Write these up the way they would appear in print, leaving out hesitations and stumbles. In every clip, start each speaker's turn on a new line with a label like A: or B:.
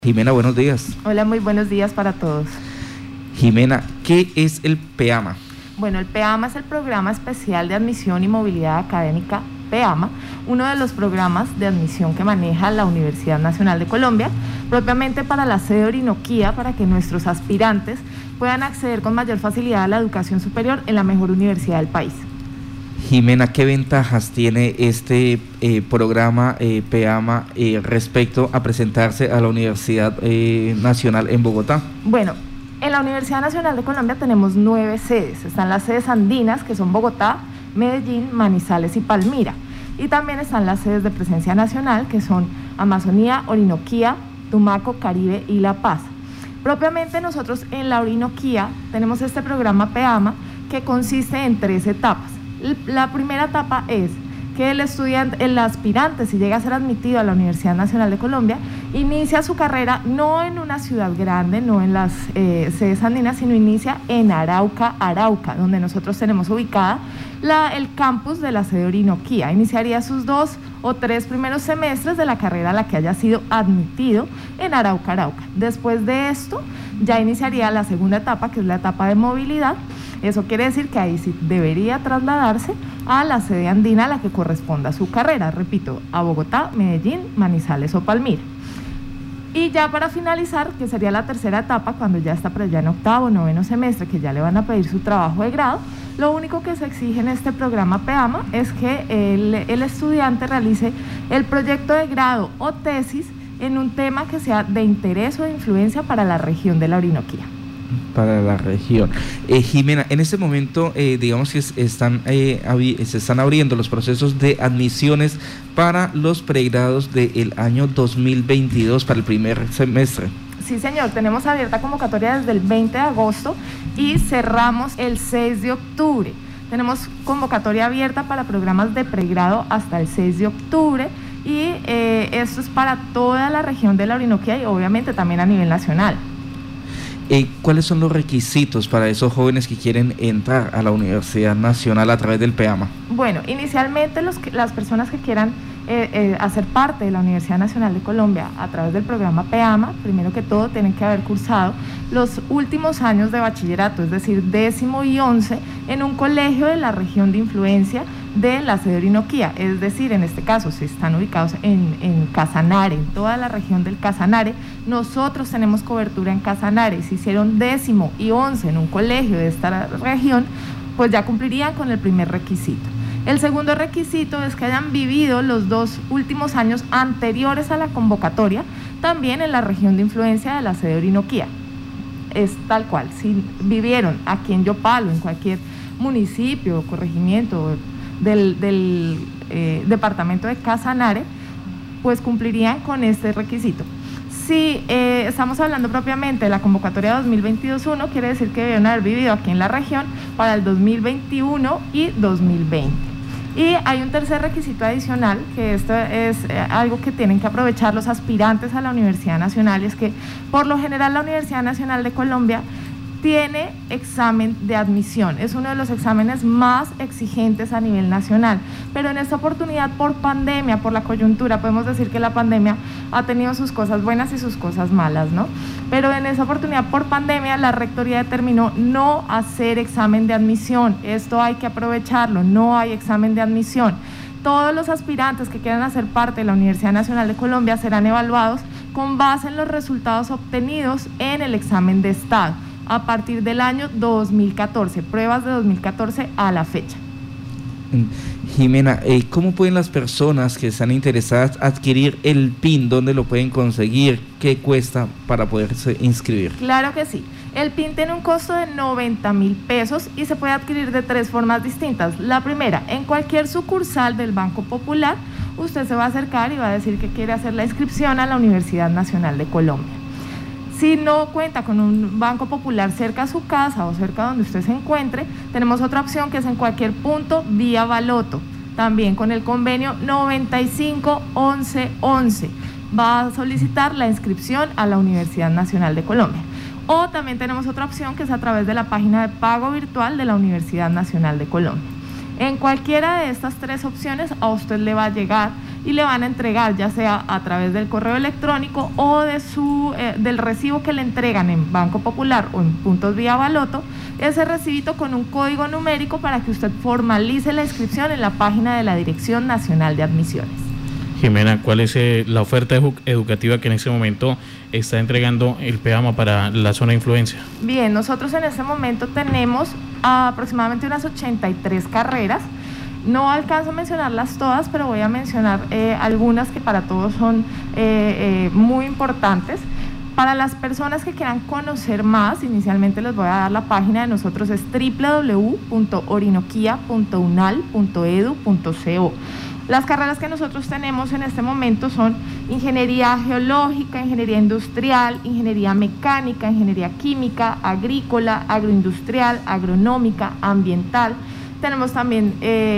A: Jimena, buenos días.
B: Hola, muy buenos días para todos.
A: Jimena, ¿qué es el PEAMA?
B: Bueno, el PEAMA es el Programa Especial de Admisión y Movilidad Académica, PEAMA, uno de los programas de admisión que maneja la Universidad Nacional de Colombia, propiamente para la sede de Orinoquía, para que nuestros aspirantes puedan acceder con mayor facilidad a la educación superior en la mejor universidad del país.
A: Jimena, ¿qué ventajas tiene este programa PEAMA respecto a presentarse a la Universidad Nacional en Bogotá?
B: Bueno, en la Universidad Nacional de Colombia tenemos 9 sedes. Están las sedes andinas, que son Bogotá, Medellín, Manizales y Palmira. Y también están las sedes de presencia nacional, que son Amazonía, Orinoquía, Tumaco, Caribe y La Paz. Propiamente nosotros en la Orinoquía tenemos este programa PEAMA que consiste en 3 etapas. La primera etapa es que el aspirante, si llega a ser admitido a la Universidad Nacional de Colombia, inicia su carrera no en una ciudad grande, no en las sedes andinas, sino inicia en Arauca, donde nosotros tenemos ubicada el campus de la sede Orinoquía. Iniciaría sus 2 o 3 primeros semestres de la carrera a la que haya sido admitido en Arauca. Después de esto, ya iniciaría la segunda etapa, que es la etapa de movilidad. Eso quiere decir que ahí sí debería trasladarse a la sede andina a la que corresponda a su carrera, repito, a Bogotá, Medellín, Manizales o Palmira. Y ya para finalizar, que sería la tercera etapa, cuando ya está ya en octavo, noveno semestre, que ya le van a pedir su trabajo de grado, lo único que se exige en este programa PEAMA es que el estudiante realice el proyecto de grado o tesis en un tema que sea de interés o de influencia para la región de la Orinoquía.
A: Para la región. Jimena, en este momento, digamos que se están abriendo los procesos de admisiones para los pregrados del año 2022 para el primer semestre.
B: Sí, señor, tenemos abierta convocatoria desde el 20 de agosto y cerramos el 6 de octubre. Tenemos convocatoria abierta para programas de pregrado hasta el 6 de octubre y esto es para toda la región de la Orinoquía y obviamente también a nivel nacional.
A: ¿Cuáles son los requisitos para esos jóvenes que quieren entrar a la Universidad Nacional a través del PEAMA?
B: Bueno, inicialmente las personas que quieran hacer parte de la Universidad Nacional de Colombia a través del programa PEAMA, primero que todo tienen que haber cursado los últimos años de bachillerato, es decir, 10º y 11 en un colegio de la región de influencia de la sede Orinoquía, es decir, en este caso, si están ubicados en Casanare, en toda la región del Casanare, nosotros tenemos cobertura en Casanare. Si hicieron 10º y 11 en un colegio de esta región, pues ya cumplirían con el primer requisito. El segundo requisito es que hayan vivido los 2 últimos años anteriores a la convocatoria, también en la región de influencia de la sede Orinoquía. Es tal cual, si vivieron aquí en Yopal o en cualquier municipio o corregimiento del departamento de Casanare, pues cumplirían con este requisito. Si estamos hablando propiamente de la convocatoria 2022-1, quiere decir que deben haber vivido aquí en la región para el 2021 y 2020. Y hay un tercer requisito adicional, que esto es algo que tienen que aprovechar los aspirantes a la Universidad Nacional, y es que por lo general la Universidad Nacional de Colombia tiene examen de admisión, es uno de los exámenes más exigentes a nivel nacional, pero en esta oportunidad por pandemia, por la coyuntura, podemos decir que la pandemia ha tenido sus cosas buenas y sus cosas malas, ¿no? Pero en esa oportunidad por pandemia la rectoría determinó no hacer examen de admisión. Esto hay que aprovecharlo, no hay examen de admisión. Todos los aspirantes que quieran hacer parte de la Universidad Nacional de Colombia serán evaluados con base en los resultados obtenidos en el examen de estado a partir del año 2014, pruebas de 2014 a la fecha.
A: Jimena, ¿cómo pueden las personas que están interesadas adquirir el PIN? ¿Dónde lo pueden conseguir? ¿Qué cuesta para poderse inscribir?
B: Claro que sí. El PIN tiene un costo de 90.000 pesos y se puede adquirir de 3 formas distintas. La primera, en cualquier sucursal del Banco Popular, usted se va a acercar y va a decir que quiere hacer la inscripción a la Universidad Nacional de Colombia. Si no cuenta con un Banco Popular cerca a su casa o cerca donde usted se encuentre, tenemos otra opción que es en cualquier punto vía Baloto, también con el convenio 95-11-11. Va a solicitar la inscripción a la Universidad Nacional de Colombia. O también tenemos otra opción que es a través de la página de pago virtual de la Universidad Nacional de Colombia. En cualquiera de estas 3 opciones a usted le va a llegar y le van a entregar, ya sea a través del correo electrónico o del recibo que le entregan en Banco Popular o en puntos vía Baloto, ese recibito con un código numérico para que usted formalice la inscripción en la página de la Dirección Nacional de Admisiones.
C: Jimena, ¿cuál es la oferta educativa que en este momento está entregando el PEAMA para la zona de influencia?
B: Bien, nosotros en este momento tenemos aproximadamente unas 83 carreras. No alcanzo a mencionarlas todas, pero voy a mencionar algunas que para todos son muy importantes. Para las personas que quieran conocer más, inicialmente les voy a dar la página de nosotros, es www.orinoquia.unal.edu.co. Las carreras que nosotros tenemos en este momento son ingeniería geológica, ingeniería industrial, ingeniería mecánica, ingeniería química, agrícola, agroindustrial, agronómica, ambiental. Tenemos también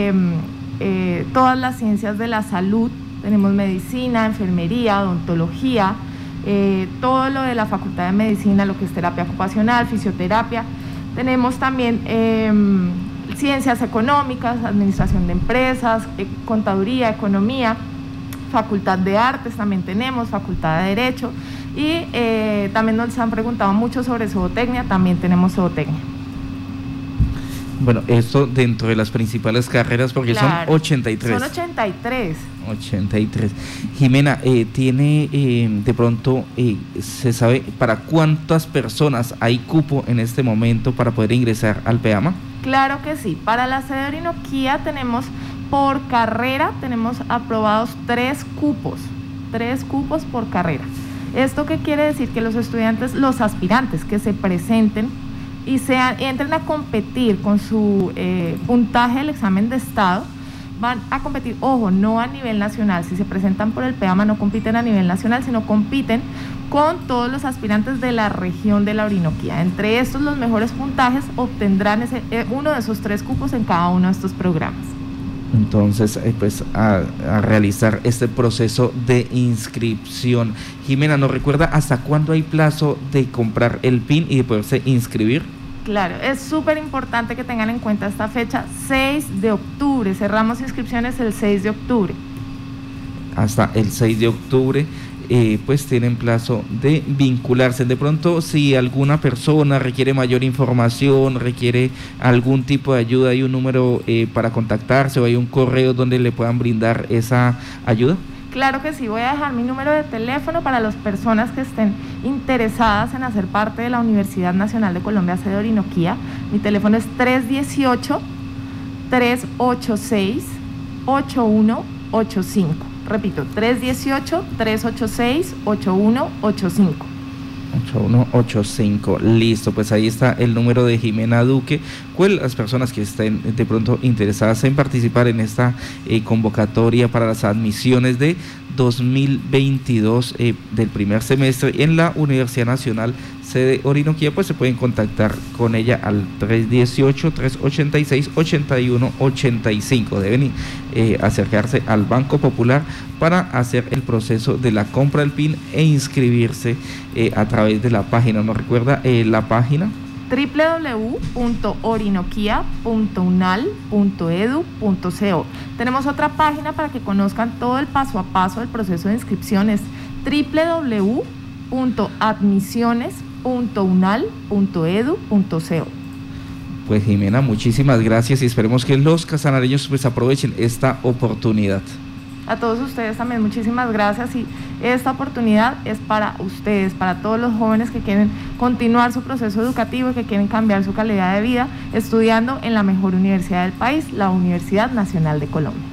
B: todas las ciencias de la salud, tenemos medicina, enfermería, odontología, todo lo de la Facultad de Medicina, lo que es terapia ocupacional, fisioterapia. Tenemos también ciencias económicas, administración de empresas, contaduría, economía, Facultad de Artes también tenemos, Facultad de Derecho y también nos han preguntado mucho sobre zootecnia, también tenemos zootecnia.
A: Bueno, esto dentro de las principales carreras, porque claro, son 83.
B: Son 83.
A: 83. Jimena, ¿tiene de pronto, se sabe para cuántas personas hay cupo en este momento para poder ingresar al PEAMA?
B: Claro que sí. Para la sede de Orinoquía tenemos por carrera, tenemos aprobados 3 cupos por carrera. ¿Esto qué quiere decir? Que los estudiantes, los aspirantes que se presenten y entren a competir con su puntaje del examen de estado, van a competir, ojo, no a nivel nacional. Si se presentan por el PEAMA no compiten a nivel nacional, sino compiten con todos los aspirantes de la región de la Orinoquía. Entre estos, los mejores puntajes obtendrán uno de esos 3 cupos en cada uno de estos programas.
A: Entonces, pues a realizar este proceso de inscripción. Jimena, ¿nos recuerda hasta cuándo hay plazo de comprar el PIN y de poderse inscribir?
B: Claro, es súper importante que tengan en cuenta esta fecha, 6 de octubre, cerramos inscripciones el 6 de octubre.
A: Hasta el 6 de octubre, pues tienen plazo de vincularse. De pronto, si alguna persona requiere mayor información, requiere algún tipo de ayuda, ¿hay un número para contactarse o hay un correo donde le puedan brindar esa ayuda?
B: Claro que sí, voy a dejar mi número de teléfono para las personas que estén interesadas en hacer parte de la Universidad Nacional de Colombia, sede Orinoquía. Mi teléfono es 318-386-8185. Repito, 318-386-8185. 8185, listo, pues ahí está el número de Jimena Duque. ¿Cuáles las personas que estén de pronto interesadas en participar en esta convocatoria para las admisiones de 2022 del primer semestre en la Universidad Nacional sede Orinoquía, pues se pueden contactar con ella al 318-386-8185. Deben acercarse al Banco Popular para hacer el proceso de la compra del PIN e inscribirse a través de la página. ¿Nos recuerda la página? www.orinoquia.unal.edu.co. Tenemos otra página para que conozcan todo el paso a paso del proceso de inscripciones, www.admisiones.unal.edu.co.
A: Pues Jimena, muchísimas gracias y esperemos que los casanareños pues aprovechen esta oportunidad.
B: A todos ustedes también muchísimas gracias, y esta oportunidad es para ustedes, para todos los jóvenes que quieren continuar su proceso educativo y que quieren cambiar su calidad de vida estudiando en la mejor universidad del país, la Universidad Nacional de Colombia.